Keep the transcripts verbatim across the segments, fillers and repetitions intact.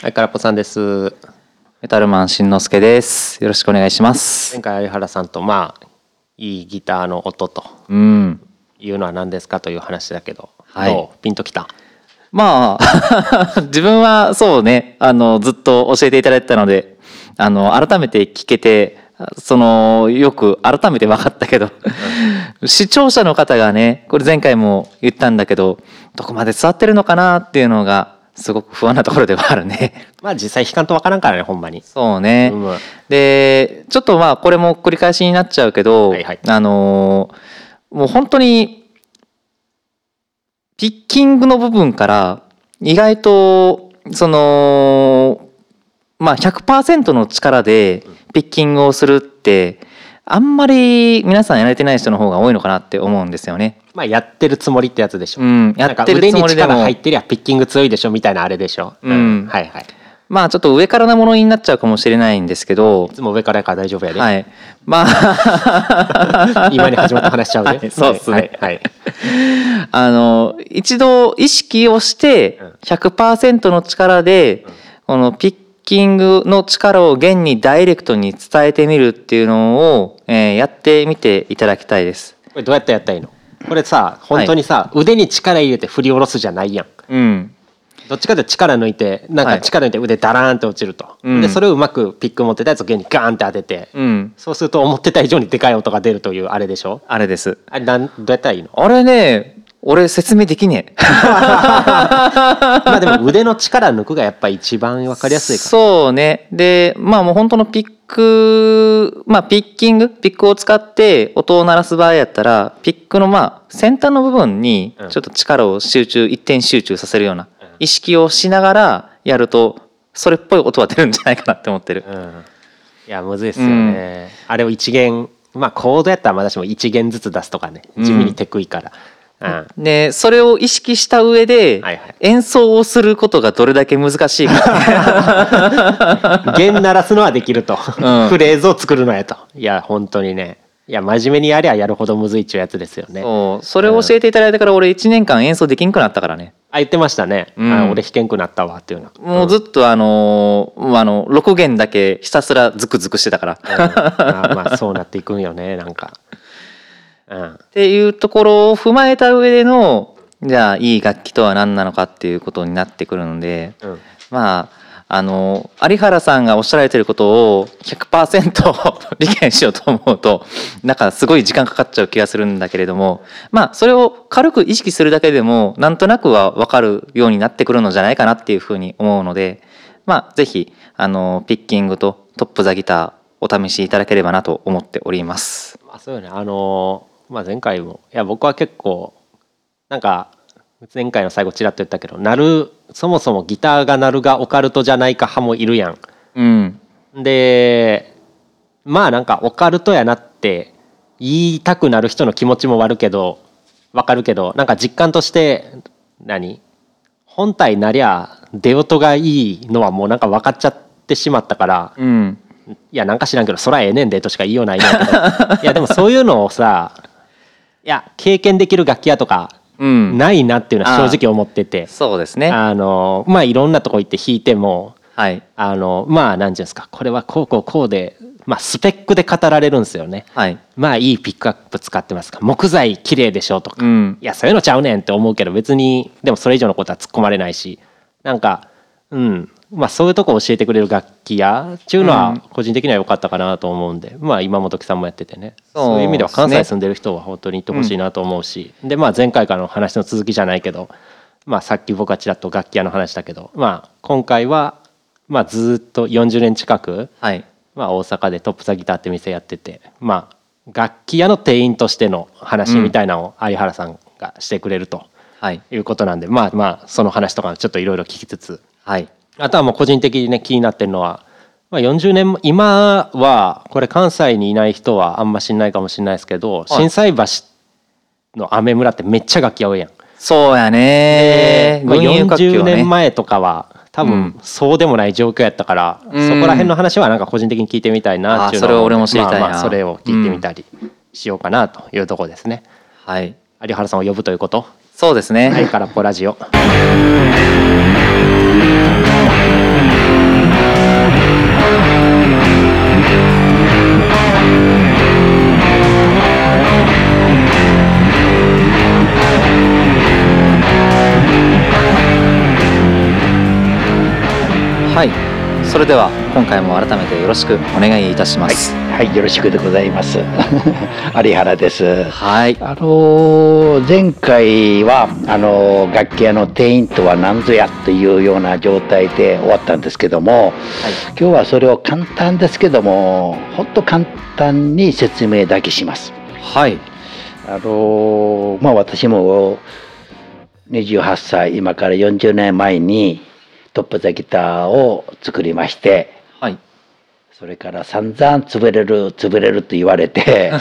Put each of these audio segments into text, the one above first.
はい、からぽさんです。 メタルマンしんのすけです。よろしくお願いします。 前回相原さんとまあいいギターの音というのは何ですかという話だけど、 はい、 どうピンときた？ まあ自分はそうね、あのずっと教えていただいてたので、あの改めて聞けて、そのよく改めて分かったけど、うん、視聴者の方がね、これ前回も言ったんだけど、どこまで伝わってるのかなっていうのがすごく不安なところではあるね。 まあ実際弾かんと分からんからね、ほんまに。 そうね、うん、でちょっとまあこれも繰り返しになっちゃうけど、はいはい、あのもう本当にピッキングの部分から意外とそのまあ ひゃくパーセント の力でピッキングをするってあんまり皆さんやられてない人の方が多いのかなって思うんですよね。 まあやってるつもりってやつでしょ。 うん、やってるつもりでも腕に力入ってりゃピッキング強いでしょみたいなあれでしょ。 うん、うん、 はいはい。 まあちょっと上からなものになっちゃうかもしれないんですけど、 いつも上からやから大丈夫やで。 はい。まあ今に始まった話しちゃうで。 はい、そうですね。 はい。はい、 あの一度意識をして ひゃくパーセント の力でこのピッキングの力を弦にダイレクトに伝えてみるっていうのを、えー、やってみていただきたいです。 これどうやってやったらいいの？これさ本当にさ、はい、腕に力入れて振り下ろすじゃないやん。 うん。 どっちかというと力抜いてなんか力抜いて腕ダラーンって落ちると、はい、でそれをうまくピック持ってたやつを弦にガーンって当てて、うん、そうすると思ってた以上にでかい音が出るというあれでしょ。 あれです。 あれなんどうやったらいいの？ あれね、俺説明できねえまあでも腕の力抜くがやっぱり一番分かりやすいから。 そうね。でまあもう本当のピックまあピッキングピックを使って音を鳴らす場合やったらピックのまあ先端の部分にちょっと力を集中、うん、一点集中させるような意識をしながらやるとそれっぽい音は出るんじゃないかなって思ってる。うん、 いやむずいっすよね、うん、あれを一弦まあコードやったらまだしも一弦ずつ出すとかね地味にテクいから、 うん、でそれを意識した上で演奏をすることがどれだけ難しいか弦鳴らすのはできると、うん、フレーズを作るのやと。いや本当にね、いや真面目にやりゃやるほどむずいっちゅうやつですよね。 そうそれを教えていただいてから俺いちねんかん演奏できんくなったからね。 あ言ってましたね、うん、あ俺弾けんくなったわっていうの、 うん、もうずっとあのー、あのろく弦だけひたすらズクズクしてたから、うん、 あまあそうなっていくんよねなんか、 うん、っていうところを踏まえた上でのじゃあいい楽器とは何なのかっていうことになってくるので、うん、まああの有原さんがおっしゃられてることを ひゃくパーセント 理解しようと思うとなんかすごい時間かかっちゃう気がするんだけれども、まあそれを軽く意識するだけでもなんとなくは分かるようになってくるのじゃないかなっていうふうに思うので、まあぜひあのピッキングとトップザギターお試しいただければなと思っております。 まあ、そうよね。あの、まあ、前回もいや僕は結構なんか前回の最後ちらっと言ったけど鳴るそもそもギターが鳴るがオカルトじゃないか派もいるやん、うん、でまあなんかオカルトやなって言いたくなる人の気持ちも悪けど分かるけどなんか実感として何本体なりゃ出音がいいのはもうなんか分かっちゃってしまったから、うん、いやなんか知らんけどそらええねんでとしか言いようないんだけどいやでもそういうのをさいや経験できる楽器屋とかうん、ないなっていうのは正直思ってて、 そうですね。 あのまあいろんなとこ行って弾いても、はい、あのまあ何ていうんですかこれはこうこうこうで、まあ、スペックで語られるんですよね。はい、まあいいピックアップ使ってますか木材綺麗でしょとか、うん、いやそういうのちゃうねんって思うけど別にでもそれ以上のことは突っ込まれないしなんかうんまあそういうとこ教えてくれる楽器屋っていうのは個人的には良かったかなと思うんで、うん、まあ今本木さんもやっててねそういう意味では関西住んでる人は本当に行ってほしいなと思うし、うん、でまあ前回からの話の続きじゃないけど、まあ、さっき僕はちらっと楽器屋の話だけど、まあ、今回はまあずっとよんじゅうねん近く、はいまあ、大阪でトップザギターって店やってて、まあ、楽器屋の店員としての話みたいなのを相原さんがしてくれるということなんで、うん、まあまあその話とかちょっといろいろ聞きつつ、はいあとはもう個人的にね気になってるのは、まあ、よんじゅうねん今はこれ関西にいない人はあんま知んないかもしれないですけど、心斎橋の雨村ってめっちゃ楽器多いやん。 そうやね、 まあ、よんじゅうねんまえとかは多分そうでもない状況やったから、うん、そこら辺の話はなんか個人的に聞いてみたいなっていうのを、 それを俺も知りたいな、 まあまあそれを聞いてみたりしようかなというところですね、うん、はい有原さんを呼ぶということ。 そうですね。 はい、からっぽラジオはい、それでは今回も改めてよろしくお願いいたします。 はい、はい、よろしくでございます。有原です。 はい。 あの前回はあの楽器屋の店員とは何ぞやというような状態で終わったんですけども、はい、今日はそれを簡単ですけども、ほんと簡単に説明だけします。 はい。 あのまあ私もにじゅうはっさい、今からよんじゅうねんまえにトップザギターを作りまして、はい、それから散々潰れる潰れると言われて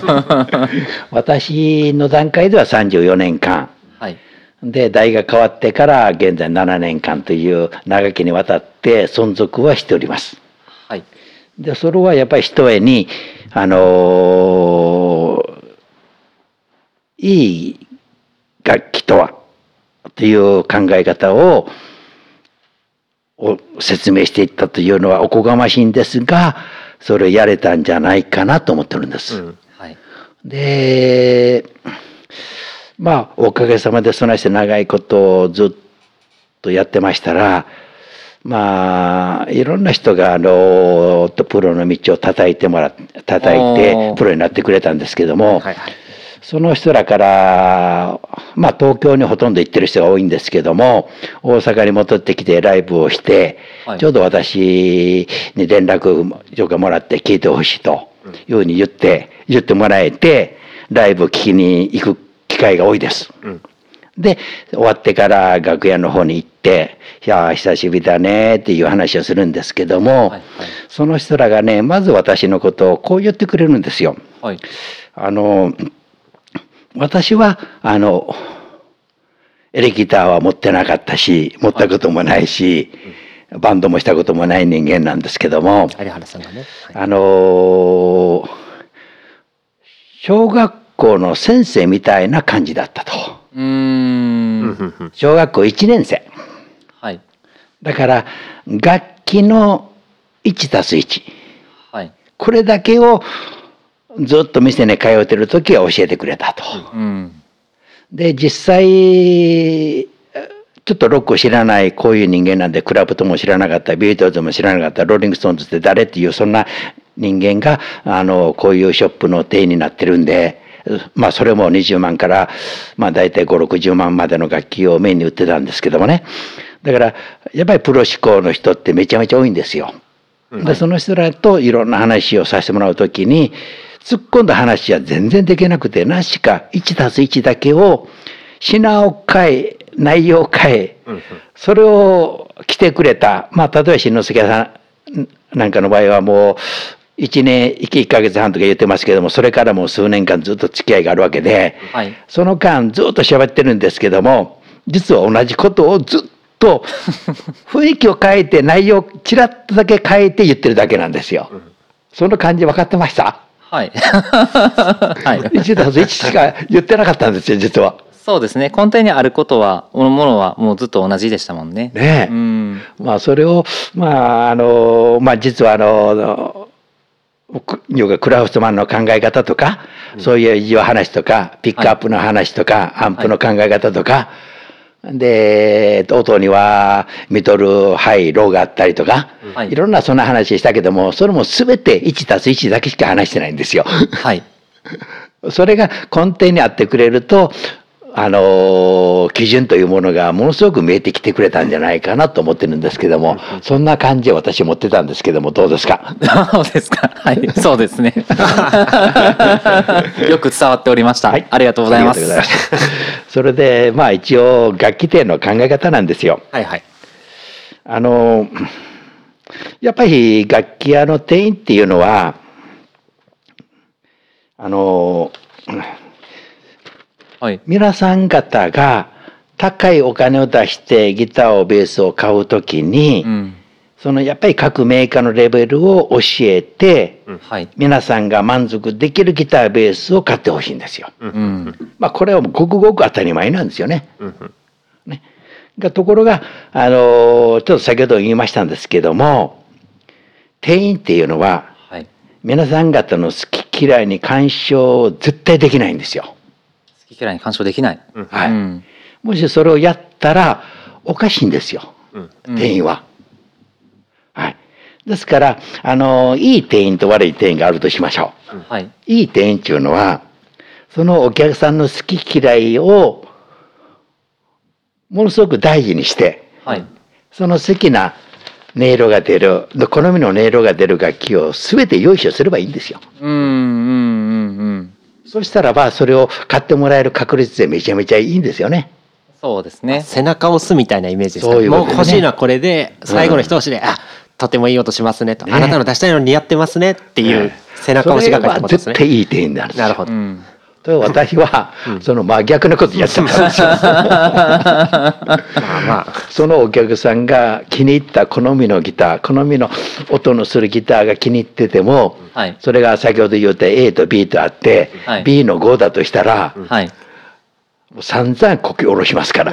私の段階ではさんじゅうよねんかん、はい、で代が変わってから現在ななねんかんという長きにわたって存続はしております。はい、でそれはやっぱりひとえにあのー、いい楽器とはという考え方をを説明していったというのはおこがましいんですが、それをやれたんじゃないかなと思ってるんです。うん、はい、でまあおかげさまでそないして長いことをずっとやってましたら、まあいろんな人があのプロの道を叩いてもらって叩いてプロになってくれたんですけども、はいはい、その人らからまあ東京にほとんど行ってる人が多いんですけども、大阪に戻ってきてライブをして、はい、ちょうど私に連絡をもらって聞いてほしいというふうに言って言ってもらえて、ライブを聞きに行く機会が多いです。うん、で終わってから楽屋の方に行って「いや久しぶりだね」っていう話をするんですけども、はいはい、その人らがねまず私のことをこう言ってくれるんですよ。はい、あの私はあのエレギターは持ってなかったし持ったこともないし、はい、バンドもしたこともない人間なんですけども、有原さんがね、はい、あの小学校の先生みたいな感じだったと。うーん小学校いちねんせい、はい、だから楽器の いちたすいち、はい、これだけをずっと店に通ってる時は教えてくれたと。うん、で実際ちょっとロックを知らないこういう人間なんで、クラプトンも知らなかった、ビートルズも知らなかった、ローリングストーンズって誰っていうそんな人間があのこういうショップの店員になってるんで、まあそれもにじゅうまんからまあ大体ごじゅうろくじゅうまんまでの楽器をメインに売ってたんですけどもね。だからやっぱりプロ志向の人ってめちゃめちゃ多いんですよ。でその人らといろんな話をさせてもらうときに突っ込んだ話は全然できなくて、なしか いちたすいち だけを品を変え内容を変え、それを来てくれた、まあ例えば新之助さんなんかの場合はもういちねんいっかげつはんとか言ってますけども、それからもう数年間ずっと付き合いがあるわけで、はい、その間ずっと喋ってるんですけども、実は同じことをずっと雰囲気を変えて内容をちらっとだけ変えて言ってるだけなんですよ。その感じ分かってました？はい。はい。いちたすいちしか言ってなかったんですよ、実は。 そうですね。根底にあることは、ものはもうずっと同じでしたもんね。 ねえ。うん。まあそれをまああのまあ実はあのクラフトマンの考え方とか、うん、そういう話とかピックアップの話とか、はい、アンプの考え方とか。はい、で音にはミドルハイローがあったりとか、はい、いろんなそんな話したけども、それも全て いちたすいち だけしか話してないんですよ。はい、それが根底にあってくれるとあの基準というものがものすごく見えてきてくれたんじゃないかなと思ってるんですけども、そんな感じを私持ってたんですけども、どうですか？ そうですか。はい、そうですね。よく伝わっておりました。はい、ありがとうございます。 それでまあ一応楽器店の考え方なんですよ。はいはい。あのやっぱり楽器屋の店員っていうのはあの。はい、皆さん方が高いお金を出してギターをベースを買うときに、うん、そのやっぱり各メーカーのレベルを教えて、うんはい、皆さんが満足できるギターベースを買ってほしいんですよ。うん、まあこれはごくごく当たり前なんですよね。うんねがところがあのちょっと先ほど言いましたんですけども、店員っていうのは、はい、皆さん方の好き嫌いに干渉絶対できないんですよ。 好き嫌いに干渉できない、 はい、うん、もしそれをやったらおかしいんですよ、うん、店員は、うん、はい。ですからあのいい店員と悪い店員があるとしましょう、うん、はい、いい店員っていうのはそのお客さんの好き嫌いをものすごく大事にして、はい、その好きな音色が出る好みの音色が出る楽器を全て用意すればいいんですよ。うんうんうんうん。そしたらばそれを買ってもらえる確率でめちゃめちゃいいんですよね。 そうですね。 背中を押すみたいなイメージですか。そういうことですね。もう欲しいのはこれで最後の一押しで、うん、あとてもいい音しますねと、ね、あなたの出したいの似合ってますねっていう背中押しがかりってことですね。 それは絶対いい店員なんですよ。 なるほど。うん、 と私は、うん、その真逆のことやってたんですよ。まあまあそのお客さんが気に入った好みのギター、好みの音のするギターが気に入ってても、はい、それが先ほど言った A と B とあって、はい、ビーのごだとしたら、はい、もう散々こき下ろしますから。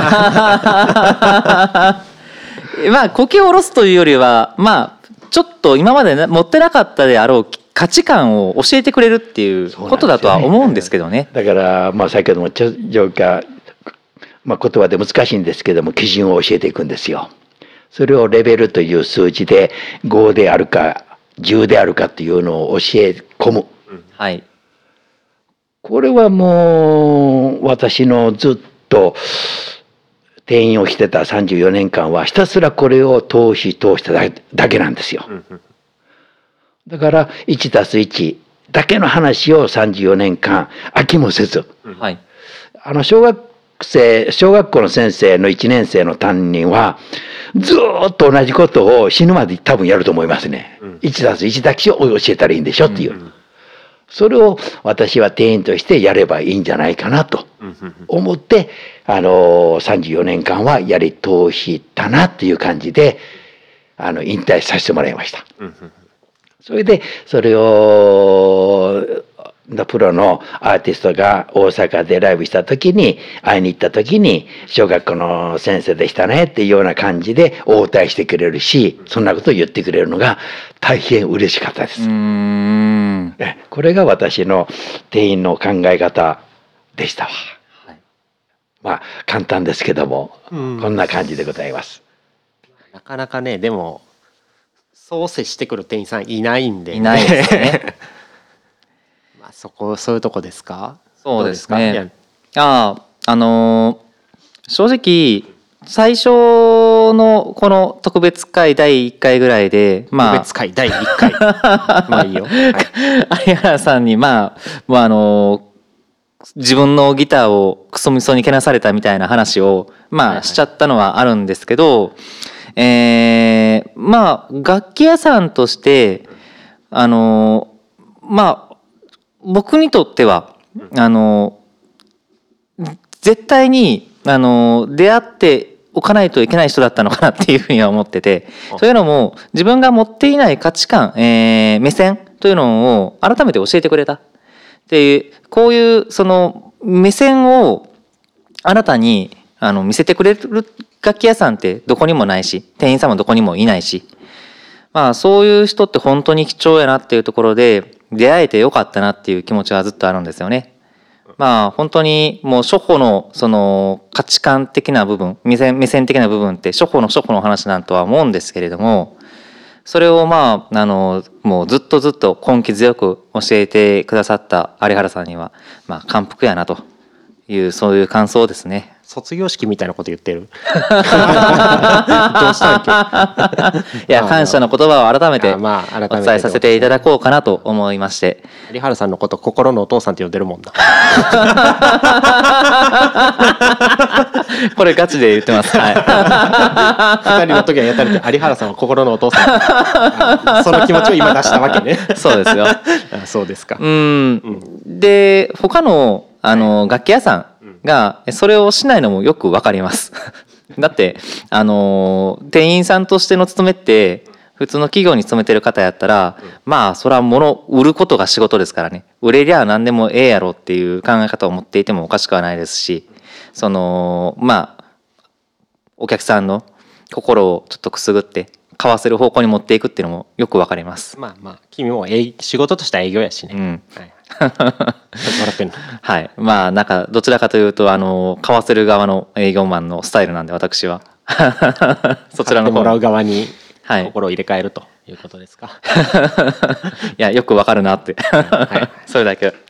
まあこき下ろすというよりは、まあちょっと今まで、ね、持ってなかったであろう価値観を教えてくれるっていうことだとは思うんですけどね。 だからまあ先ほどもちょっとまあ言葉で難しいんですけども基準を教えていくんですよ。それをレベルという数字でごであるかじゅうであるかっていうのを教え込む。はい。これはもう私のずっと店員をしてたさんじゅうよねんかんはひたすらこれを通し通しただけなんですよ。だから いちたすいち だけの話をさんじゅうよねんかん飽きもせず、はい、あの小学生小学校の先生のいちねん生の担任はずっと同じことを死ぬまで多分やると思いますね。うん、いちたすいち だけを教えたらいいんでしょっていう、うん、それを私は店員としてやればいいんじゃないかなと思って、あのさんじゅうよねんかんはやり通したなっていう感じであの引退させてもらいました。うん、それでそれをプロのアーティストが大阪でライブした時に会いに行った時に小学校の先生でしたねっていうような感じで応対してくれるし、そんなことを言ってくれるのが大変嬉しかったです。うーん、これが私の店員の考え方でしたわ。はい、まあ簡単ですけどもこんな感じでございます。 なかなかねでもそう接してくる店員さんいないんで、 いないですね。 まあそこそういうとこですか。 そうですね。あああのー、正直最初のこの特別会だいいっかいぐらいで、 まあ特別会だいいっかいまあいいよ。はい、 有原さんにまあもうあのー、自分のギターをクソみそにけなされたみたいな話をまあしちゃったのはあるんですけど。えー、まあ楽器屋さんとしてあのまあ僕にとってはあの絶対にあの出会っておかないといけない人だったのかなっていうふうには思ってて、そういうのも自分が持っていない価値観、えー、目線というのを改めて教えてくれたっていう、こういうその目線を新たにあの見せてくれる楽器屋さんってどこにもないし、店員さんもどこにもいないし、まあそういう人って本当に貴重やなっていうところで出会えてよかったなっていう気持ちはずっとあるんですよね。まあ本当にもう初歩のその価値観的な部分、目線目線的な部分って初歩の初歩の話なんとは思うんですけれども、それをまああのもうずっとずっと根気強く教えてくださった有原さんにはまあ感服やなというそういう感想ですね。 卒業式みたいなこと言ってる。どうしたっけ。いや感謝の言葉を改めてお伝えさせていただこうかなと思いまして。 有原さんのこと心のお父さんって呼んでるもんな。 これガチで言ってます。はい。 二人の時はやったら有原さんは心のお父さん。その気持ちを今出したわけね。 そうですよ。 そうですか。 うん。で他のあの楽器屋さんがそれをしないのもよくわかります。だってあの店員さんとしての勤めって普通の企業に勤めてる方やったら、うん、まあそれは物売ることが仕事ですからね、売れりゃ何でもええやろっていう考え方を持っていてもおかしくはないですし、そのまあお客さんの心をちょっとくすぐって買わせる方向に持っていくっていうのもよくわかります。 まあまあ君も営仕事とした営業やしね。うん、はい笑ってんのはい、まあなんかどちらかというとあの買わせる側の営業マンのスタイルなんで私はそちらの方もらう側に心を入れ替えるということですか。 はい、いやよくわかるなってはい、それだけ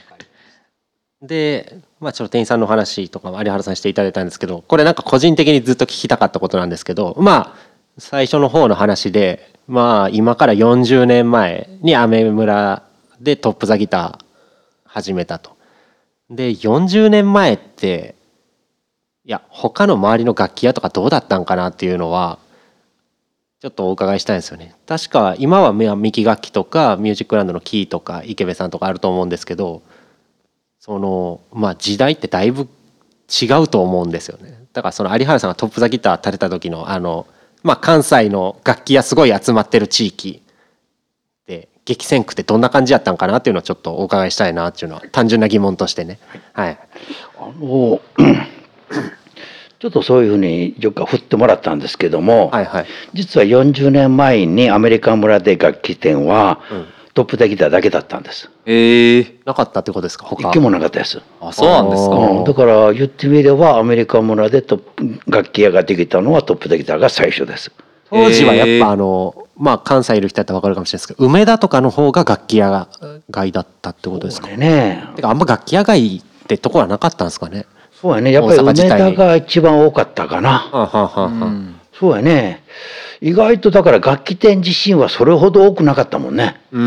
で、まあ、ちょっと店員さんの話とか有原さんしていただいたんですけど、これなんか個人的にずっと聞きたかったことなんですけど、まあ最初の方の話で、まあ今からよんじゅうねんまえにアメ村でトップザギター始めたと。でよんじゅうねんまえっていや他の周りの楽器屋とかどうだったんかなっていうのはちょっとお伺いしたいんですよね。確か今はミキ楽器とかミュージックランドのキーとか池部さんとかあると思うんですけど、そのまあ時代ってだいぶ違うと思うんですよね。だからその有原さんがトップザギター立てた時のあのまあ関西の楽器屋すごい集まってる地域で激戦区ってどんな感じやったんかなっていうのをちょっとお伺いしたいなっていうのは単純な疑問としてね。はい。 あのちょっとそういうふうによく振ってもらったんですけども、はいはい、実はよんじゅうねんまえにアメリカ村で楽器店は、うん、トップザギターだけだったんです。 えー、なかったってことですか？他一軒もなかったです。 あ、そうなんですか。 うん、だから言ってみればアメリカ村でトップ楽器屋ができたのはトップザギターが最初です。 当時はやっぱあの、まあ関西いる人だったら分かるかもしれないですけど、梅田とかの方が楽器屋が街だったってことですかね。 てかあんま楽器屋街ってとこはなかったんですかね。 そうやね、やっぱり梅田が一番多かったかな。はははは、うん、そうやね。意外とだから楽器店自身はそれほど多くなかったもんね。うん、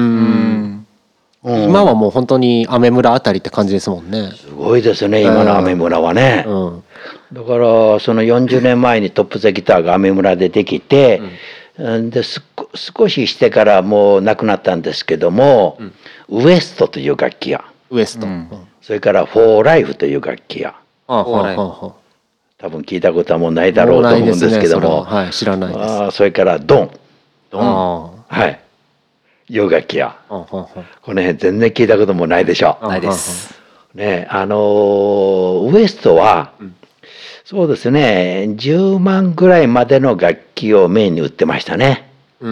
うん、今はもう本当にアメ村あたりって感じですもんね。 すごいですね今のアメ村はね、うん、だからそのよんじゅうねんまえにトップザギターがアメ村でできて、うん、で少ししてからもうなくなったんですけども、うん、ウエストという楽器屋、 ウエスト、うん、 それからフォーライフという楽器屋、ああはあはあ、多分聞いたことはもうないだろうと思うんですけども、 ね、はい、知らないです。 あ、それからドン、ドン、はい、洋楽器屋、この辺全然聞いたこともないでしょう。 ないです。 ね、あのウエストは、うん、そうですね、じゅうまんぐらいまでの楽器をメインに売ってましたね。うん、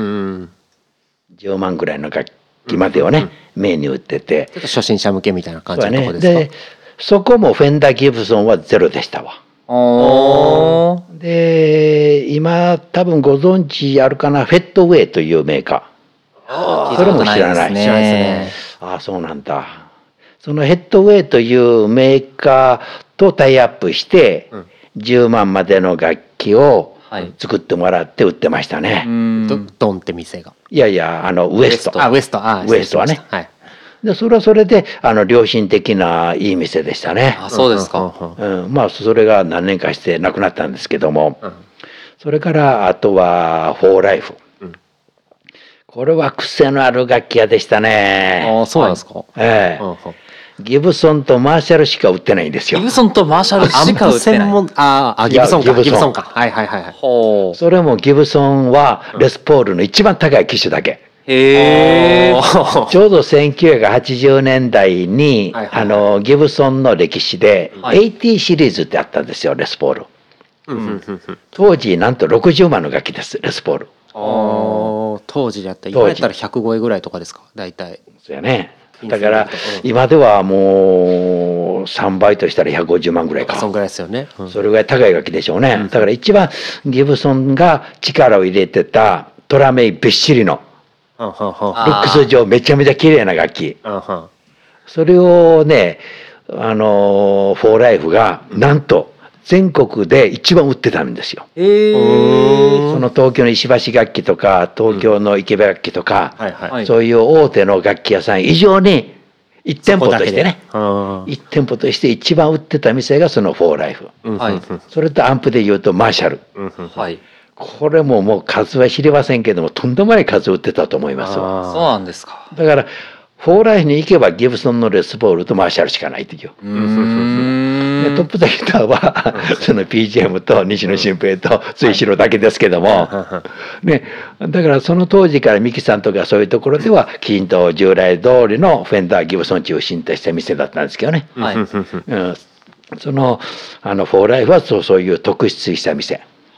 じゅうまんぐらいの楽器までをね、うんうんうん、メインに売ってて、 ちょっと初心者向けみたいな感じのとこですか。 ね、でそこもフェンダー・ギブソンはゼロでしたわ。おで今多分ご存知あるかな、フェットウェイというメーカー。それも知らない。知らないですね。ああ、そうなんだ。そのヘッドウェイというメーカーとタイアップして、うん、じゅうまんまでの楽器を作ってもらって売ってましたね。 ド, ドンって店が。 いやいや、あのウエスト。 あ、ウエスト。あ、 ウエストはね。はい。でそれはそれであの良心的ないい店でしたね。 あ、そうですか。 うん、まあそれが何年かしてなくなったんですけども、うん、それからあとはフォーライフ、うん、これは癖のある楽器屋でしたね。 ああ、そうなんですか。 ええ、うんうん、ギブソンとマーシャルしか売ってないんですよ。 ギブソンとマーシャルしか売ってない。 ああ、ギブソンか。ギブソンか。はいはいはい。 ほう。それもギブソンはレスポールの一番高い機種だけ。 へー。ちょうどせんきゅうひゃくはちじゅうねんだいに、はいはいはい、あのギブソンの歴史で、はい、エイティー シリーズってあったんですよ、レスポール。うん、当時なんとろくじゅうまんの楽器です、レスポール。 あ、当時だったら今やったらひゃくごえぐらいとかですか、大体。 そうやね。だから今ではもうさんばいとしたらひゃくごじゅうまんぐらいか。 そんぐらいですよね。 うん、それぐらい高い楽器でしょうね。うん、だから一番ギブソンが力を入れてたトラメイびっしりのルックス上めちゃめちゃ綺麗な楽器、それをね、あのフォーライフがなんと全国で一番売ってたんですよ。えー、その東京の石橋楽器とか東京の池部楽器とか、うん、はいはい、そういう大手の楽器屋さん以上にいち店舗としてね、いち店舗として一番売ってた店がそのフォーライフ、はい、それとアンプでいうとマーシャル、はい、これももう数は知りませんけどもとんでもない数売ってたと思いますわ。 そうなんですか。 だからフォーライフに行けばギブソンのレスポールとマーシャルしかないという。うーん、トップザギターはその ピージーエム と西野新平と追四郎だけですけども、ね、だからその当時から三木さんとかそういうところではきちんと従来通りのフェンダーギブソン中心とした店だったんですけどね。はい、うん、そのあのフォーライフはそうそういう特筆した店。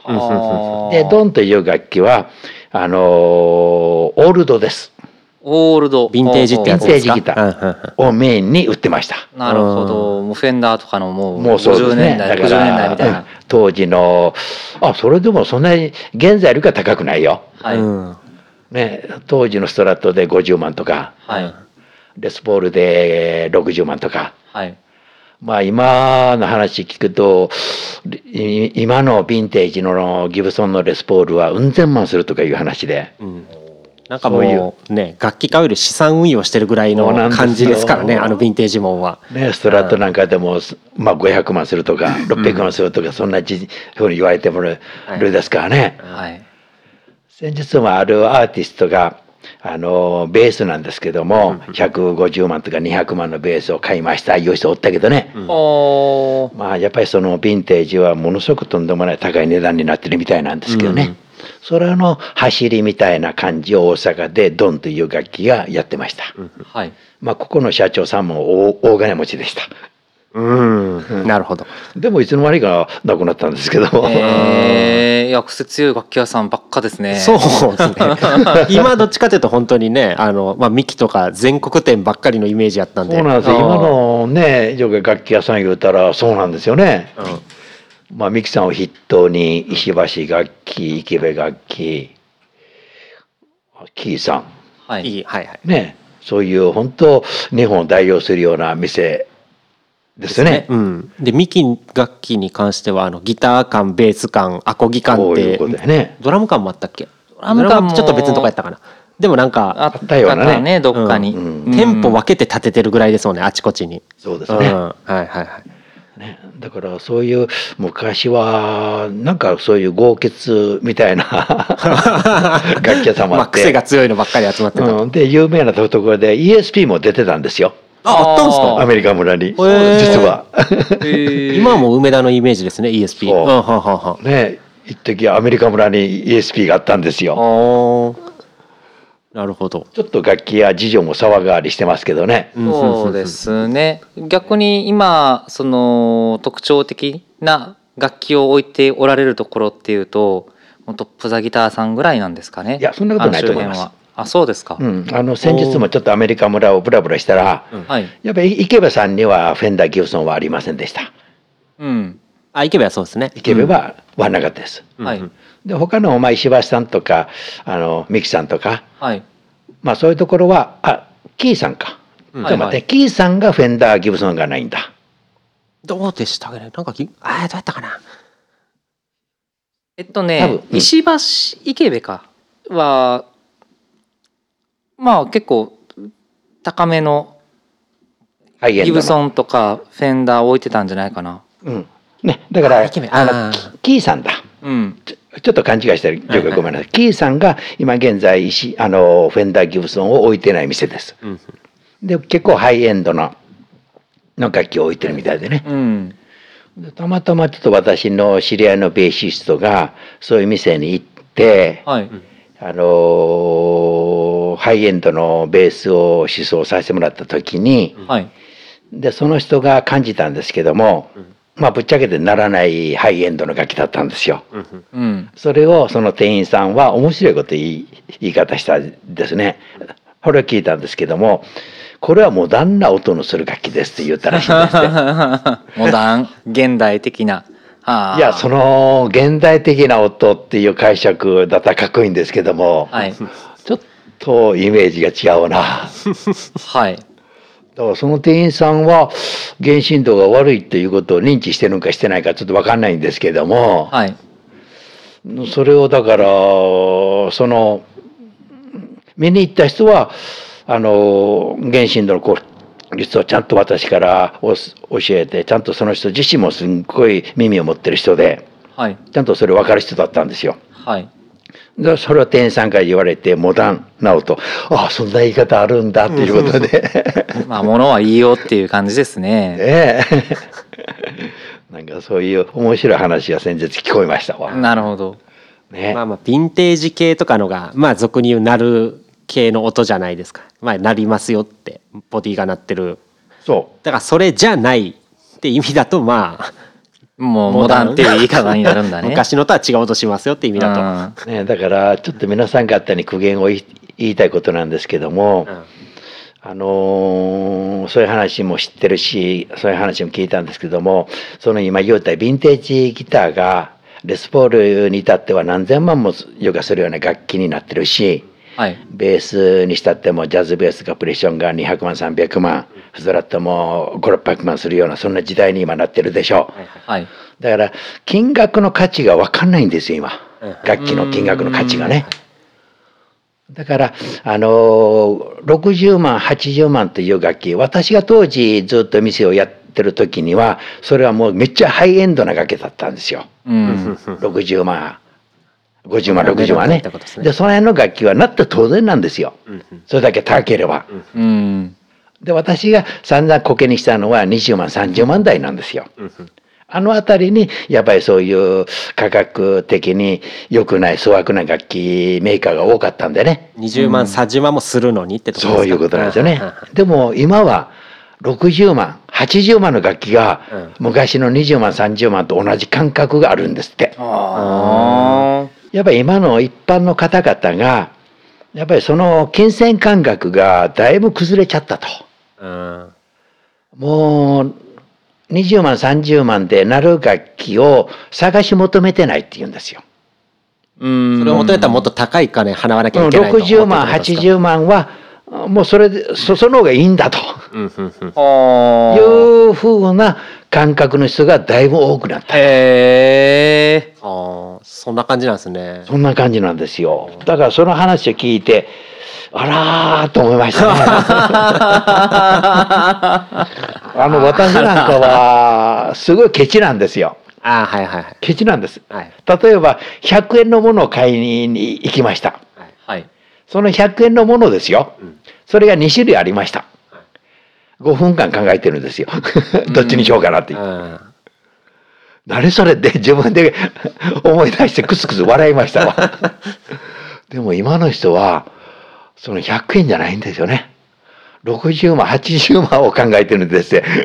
でドンという楽器はあのー、オールドです。 オールドヴィンテージってやつですか。 ヴィンテージギターをメインに売ってました。 なるほど。もうフェンダーとかのもうもうそうですね。 だからろくじゅうねんだいみたいな、うん、 当時のあそれでもそんなに現在よりか高くないよ。はい。ね、当時のストラットでごじゅうまんとか、はい、レスポールでろくじゅうまんとか。はい。まあ今の話聞くと今のヴィンテージのギブソンのレスポールはうん千万するとかいう話で、うん、 なんかもうね楽器買うより資産運用してるぐらいの感じですからね、あのヴィンテージもんは、 ね、ストラットなんかでも、まあ、ごひゃくまんするとかろっぴゃくまんするとか、そんなふうに言われてもるですからね、はいはい、先日もあるアーティストがあのベースなんですけどもひゃくごじゅうまんとかにひゃくまんのベースを買いましたいう人おったけどね、うん、まあやっぱりそのヴィンテージはものすごくとんでもない高い値段になってるみたいなんですけどね、うん、それの走りみたいな感じを大阪でドンという楽器がやってました、うん、はい、まあここの社長さんも大金持ちでした。 うん、うん、なるほど。 でもいつの間にかなくなったんですけど、 えー、いや癖強い楽器屋さんばっかですね。 そうですね今どっちかというと本当にねあの、まあ、ミキとか全国店ばっかりのイメージやったんで。 そうなんですよ。今のね楽器屋さん言うたらそうなんですよね、うん、まあミキさんを筆頭に石橋楽器、池部楽器、キーさん、はい、はいはいね、そういう本当日本を代表するような店ですね。ですね、 うん、でミキ楽器に関してはあのギター感、ベース感、アコギ感って、ね、ドラム感もあったっけ？ドラム感もちょっと別のとこやったかな。でもなんかあったようなね、どっかに、 うん、テンポ分けて立ててるぐらいですもんね、あちこちに。 そうですね、うん、はいはいはい、ね、だからそういう昔はなんかそういう豪傑みたいな楽器屋さんもあって、まあ、 癖が強いのばっかり集まってた、 うん、で有名なところで イーエスピー も出てたんですよ。 あ、あったんですか？ アメリカ村に、実は今も梅田のイメージですね イーエスピー。 そう、はははね、一時アメリカ村に イーエスピー があったんですよ。 なるほど。 ちょっと楽器や事情も騒がわりしてますけどね。 そうですね。逆に今その特徴的な楽器を置いておられるところっていうとトップザギターさんぐらいなんですかね。 いやそんなことないと思います。 あ、そうですか、 うん、あの先日もちょっとアメリカ村をブラブラしたら、うん、やっぱり池部さんにはフェンダーギブソンはありませんでした。 うん、あ、池部はそうですね。 池部ははなかったです、うん、はい、で他のお前石橋さんとかあのミキさんとか、はい、まあそういうところはあキーさんか、うん、ちょっと待って、はいはい、キーさんがフェンダーギブソンがないんだ。 どうでしたかね。なんかあどうやったかな。 えっとね、うん、石橋池部かはまあ結構高めのギブソンとかフェンダー置いてたんじゃないかな。 うんね、だからあのキーさんだ、うん、ち, ちょっと勘違いしてる、はいはい、ごめんなさい。キーさんが今現在石あのフェンダーギブソンを置いてない店です、うん、で結構ハイエンドのの楽器を置いてるみたいでね、うん、たまたまちょっと私の知り合いのベーシストがそういう店に行って、はい、あのー、ハイエンドのベースを試奏させてもらった時に、はい、でその人が感じたんですけども、うん、まあぶっちゃけてならないハイエンドの楽器だったんですよ、うん、それをその店員さんは面白いこと言い言い方したんですね。これを聞いたんですけども、これはモダンな音のする楽器ですって言ったらしいんですねモダン現代的な。 いやその現代的な音っていう解釈だったらかっこいいんですけども、はい、ちょっとイメージが違うなはい。だからその店員さんは原振動が悪いっていうことを認知してるのかしてないかちょっと分かんないんですけども、はい、それをだからその見に行った人はあの原振動の効率をちゃんと私から教えて、ちゃんとその人自身もすっごい耳を持ってる人で、はい、ちゃんとそれ分かる人だったんですよ。はい、でそれを店員さんから言われてモダンな音、ああそんな言い方あるんだっていうことでまあ物はいいよっていう感じですね。 ええなんかそういう面白い話が先日聞こえましたわ。 なるほど、 ね、まあまあヴィンテージ系とかのがまあ俗に言う鳴る系の音じゃないですか。まあ鳴りますよってボディが鳴ってる。そうだからそれじゃないって意味だとまあもうモダンっていう言い方になるんだね。 昔のとは違う音しますよって意味だと、ね、だからちょっと皆さん方に苦言を言いたいことなんですけども、うん、あのー、そういう話も知ってるしそういう話も聞いたんですけども、その今言ったヴィンテージギターがレスポールに至っては何千万も余がするような楽器になってるし、はい、ベースにしたってもジャズベースかプレッションがにひゃくまんさんびゃくまん、フズラットもごひゃくろっぴゃくまんするようなそんな時代に今なってるでしょう、はい、だから金額の価値が分かんないんですよ今、楽器の金額の価値がね。だからあのろくじゅうまんはちじゅうまんという楽器、私が当時ずっと店をやってる時にはそれはもうめっちゃハイエンドな楽器だったんですよ、うん、ろくじゅうまんごじゅうまんろくじゅうまんね。でその辺の楽器はなって当然なんですよ、それだけ高ければ、うん、で私が散々コケにしたのはにじゅうまんさんじゅうまん台なんですよ、あの辺りにやっぱりそういう価格的に良くない粗悪な楽器メーカーが多かったんでね。 にじゅうまんさんじゅうまんもするのにってとこですか。 そういうことなんですよね。でも今はろくじゅうまんはちじゅうまんの楽器が昔のにじゅうまんさんじゅうまんと同じ感覚があるんですって。あやっぱり今の一般の方々がやっぱりその金銭感覚がだいぶ崩れちゃったと、うん、もうにじゅうまんさんじゅうまんでなる楽器を探し求めてないって言うんですよ。 うんそれを求めたらもっと高い金払わなきゃいけないとろくじゅうまんはちじゅうまんはもうそれで そ, その方がいいんだというふうな感覚の人がだいぶ多くなった。 へえ。ああそんな感じなんですね。 そんな感じなんですよ。だからその話を聞いてあらーと思いましたね。あの私なんかはすごいケチなんですよ。 あはいはいはい。 ケチなんです。はい、例えばひゃくえんのものを買いに行きました。はい。そのひゃくえんのものですよ。うん、それがに種類ありました。ごふんかん考えてるんですよ。どっちにしようかなって。うん、何それって自分で思い出してクスクス笑いましたわ。でも今の人はそのひゃくえんじゃないんですよね。ろくじゅうまんはちじゅうまんを考えてるんですよ。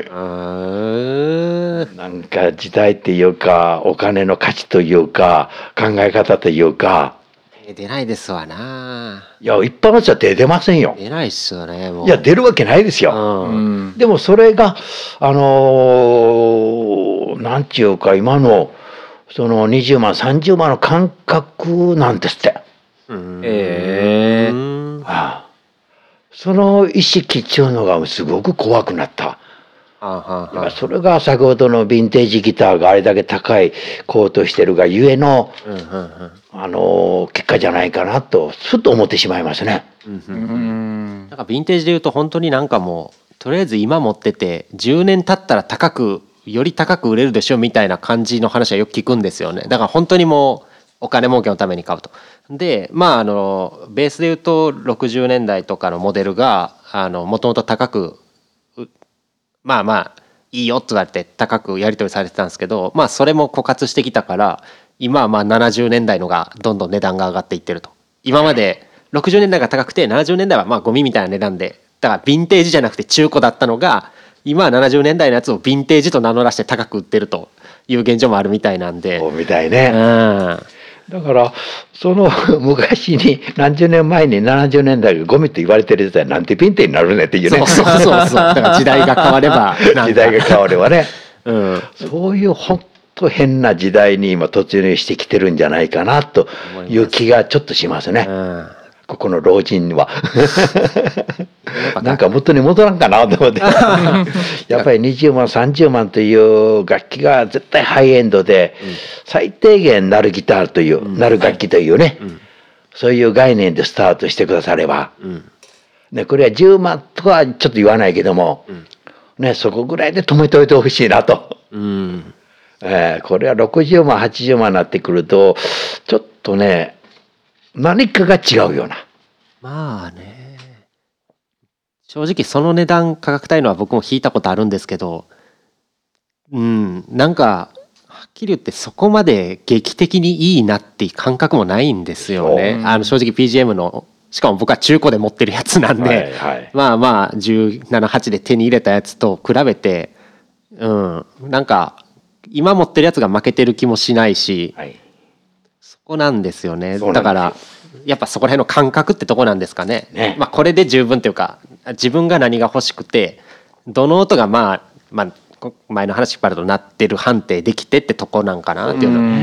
なんか時代っていうかお金の価値というか考え方というか出ないですわな。 いや一般の人は手出ませんよ。 出ないっすよね。もういや出るわけないですよ、うん、でもそれがあのー、なんちゅうか今のそのにじゅうまんさんじゅうまんの感覚なんですって。ええー、はあ、その意識っちゅうのがすごく怖くなった。あははそれが先ほどのヴィンテージギターがあれだけ高い高騰してるがゆえの、うんうんうん、あの結果じゃないかなとふっと思ってしまいますね。うんうんうん、 なんかヴィンテージでいうと本当になんかもうとりあえず今持っててじゅうねん経ったら高くより高く売れるでしょみたいな感じの話はよく聞くんですよね。だから本当にもうお金儲けのために買うと。でまああのベースでいうとろくじゅうねんだいとかのモデルがもともと高くまあまあいいよって言われて高くやり取りされてたんですけど、まあそれも枯渇してきたから今はまあななじゅうねんだいのがどんどん値段が上がっていってると。今までろくじゅうねんだいが高くてななじゅうねんだいはまあゴミみたいな値段でだからヴィンテージじゃなくて中古だったのが今はななじゅうねんだいのやつをヴィンテージと名乗らして高く売ってるという現状もあるみたいなんで。 そうみたいね。うんだからその昔に何十年前にななじゅうねんだいがゴミと言われてる時代なんてヴィンテージになるねっていうね。 そうそうそうそうだから時代が変われば時代が変わればね、うん、そういう本当変な時代に今突入してきてるんじゃないかなという気がちょっとしますね、うん、ここの老人はなんか元に戻らんかなと思ってやっぱりにじゅうまんさんじゅうまんという楽器が絶対ハイエンドで、うん、最低限なるギターという、うん、なる楽器というね、はいうん、そういう概念でスタートしてくだされば、うんね、これはじゅうまんとはちょっと言わないけども、うんね、そこぐらいで止めておいてほしいなと、うんえー、これはろくじゅうまんはちじゅうまんになってくるとちょっとね何かが違うような。 まあね正直その値段価格帯のは僕も引いたことあるんですけど、うんなんかはっきり言ってそこまで劇的にいいなっていう感覚もないんですよね。あの正直 ピージーエム のしかも僕は中古で持ってるやつなんで、はいはい、まあまあじゅうなな、はちで手に入れたやつと比べて、うんなんか今持ってるやつが負けてる気もしないし、はい、そこなんですよね。だからやっぱそこら辺の感覚ってとこなんですかね。ね、まあ、これで十分というか自分が何が欲しくてどの音がまあまあ前の話引っ張るとなってる判定できてってとこなんかなっていうのは、うん、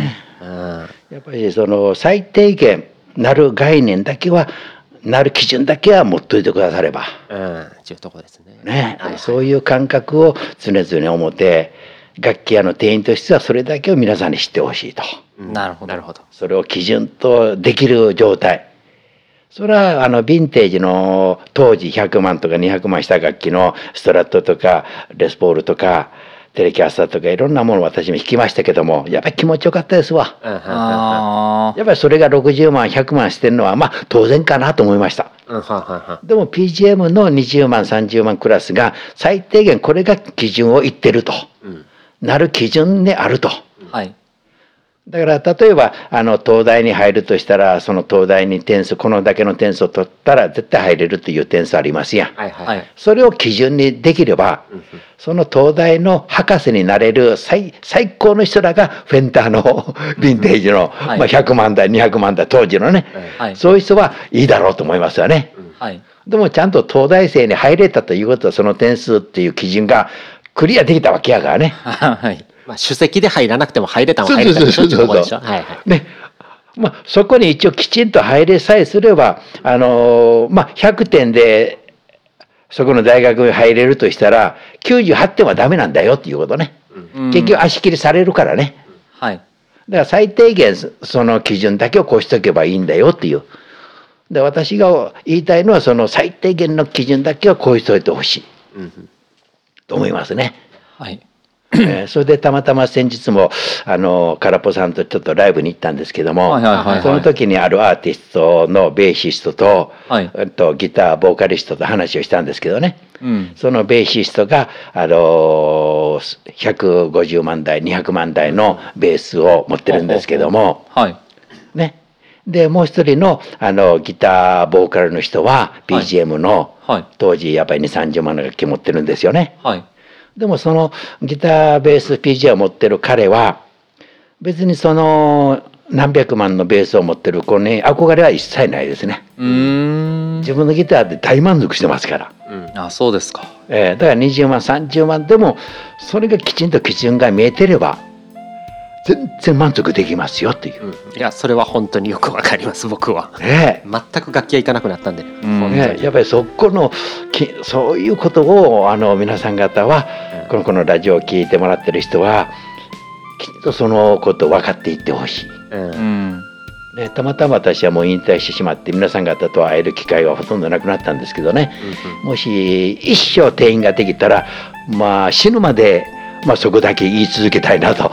やっぱりその最低限なる概念だけはなる基準だけは持っといてくだされば、 うん、っていうとこですね。 ね、はい、そういう感覚を常々思って楽器屋の店員としてはそれだけを皆さんに知ってほしいと、 うん、なるほどなるほど。 それを基準とできる状態、それはあのヴィンテージの当時ひゃくまんとかにひゃくまんした楽器のストラットとかレスポールとかテレキャスターとかいろんなもの私も弾きましたけども、やっぱり気持ちよかったですわ。あやっぱりそれがろくじゅうまんひゃくまんしてるのはまあ当然かなと思いました。でも ピージーエム のにじゅうまんさんじゅうまんクラスが最低限これが基準を言ってると、うん、なる基準であると、はい、だから例えばあの東大に入るとしたらその東大に点数このだけの点数を取ったら絶対入れるという点数ありますやん、はいはい、それを基準にできれば、うん、その東大の博士になれる 最, 最高の人らがフェンダーのヴィンテージの、はい、まあ、ひゃくまんだいにひゃくまんだい当時のね、はい、そういう人はいいだろうと思いますよね、はい、でもちゃんと東大生に入れたということはその点数っていう基準がクリアできたわけやからね、はい、 まあ、首席で入らなくても入れたのは入れたでしょってとこでしょ。はいはい。 ね、まあそこに一応きちんと入れさえすればあのー、まあひゃくてんでそこの大学に入れるとしたらきゅうじゅうはってんはダメなんだよっていうことね。うん、結局足切りされるからね。はい。だから最低限その基準だけを越しとけばいいんだよっていう。で私が言いたいのはその最低限の基準だけを越しといてほしい、うん、と思いますね。はい。えー、それでたまたま先日もあの空っぽさんとちょっとライブに行ったんですけども、はいはいはいはい、その時にあるアーティストのベーシストと、はい、とギターボーカリストと話をしたんですけどね、うん、そのベーシストがあのひゃくごじゅうまんだいにひゃくまんだいのベースを持ってるんですけども、はい、ね、でもう一人のあのギターボーカルの人は ピージーエム の、はい、当時やっぱりにじゅうさんじゅうまんの楽器持ってるんですよね。はい、でもそのギターベース ピージーエー を持ってる彼は別にその何百万のベースを持ってる子に憧れは一切ないですね。うーん、自分のギターで大満足してますから、 うん、あ、そうですか、 えー、だからにじゅうまんさんじゅうまんでもそれがきちんと基準が見えてれば全然満足できますよっていう、うん、 いやそれは本当によくわかります僕は、ね、全く楽器は行かなくなったんで、うんね、やっぱりそこのそういうことをあの皆さん方は、うん、このこのラジオを聞いてもらってる人はきちんとそのことを分かっていってほしい、うんね、たまたま私はもう引退してしまって皆さん方と会える機会はほとんどなくなったんですけどね、うんうん、もし一生定員ができたらまあ死ぬまでまあそこだけ言い続けたいなと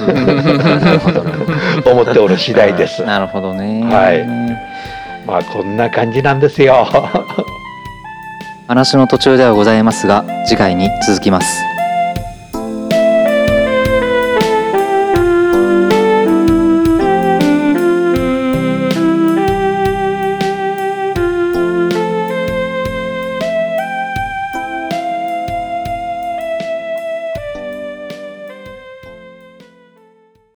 思っておる次第です。 なるほどね。 はい。まあこんな感じなんですよ。 話の途中ではございますが次回に続きます。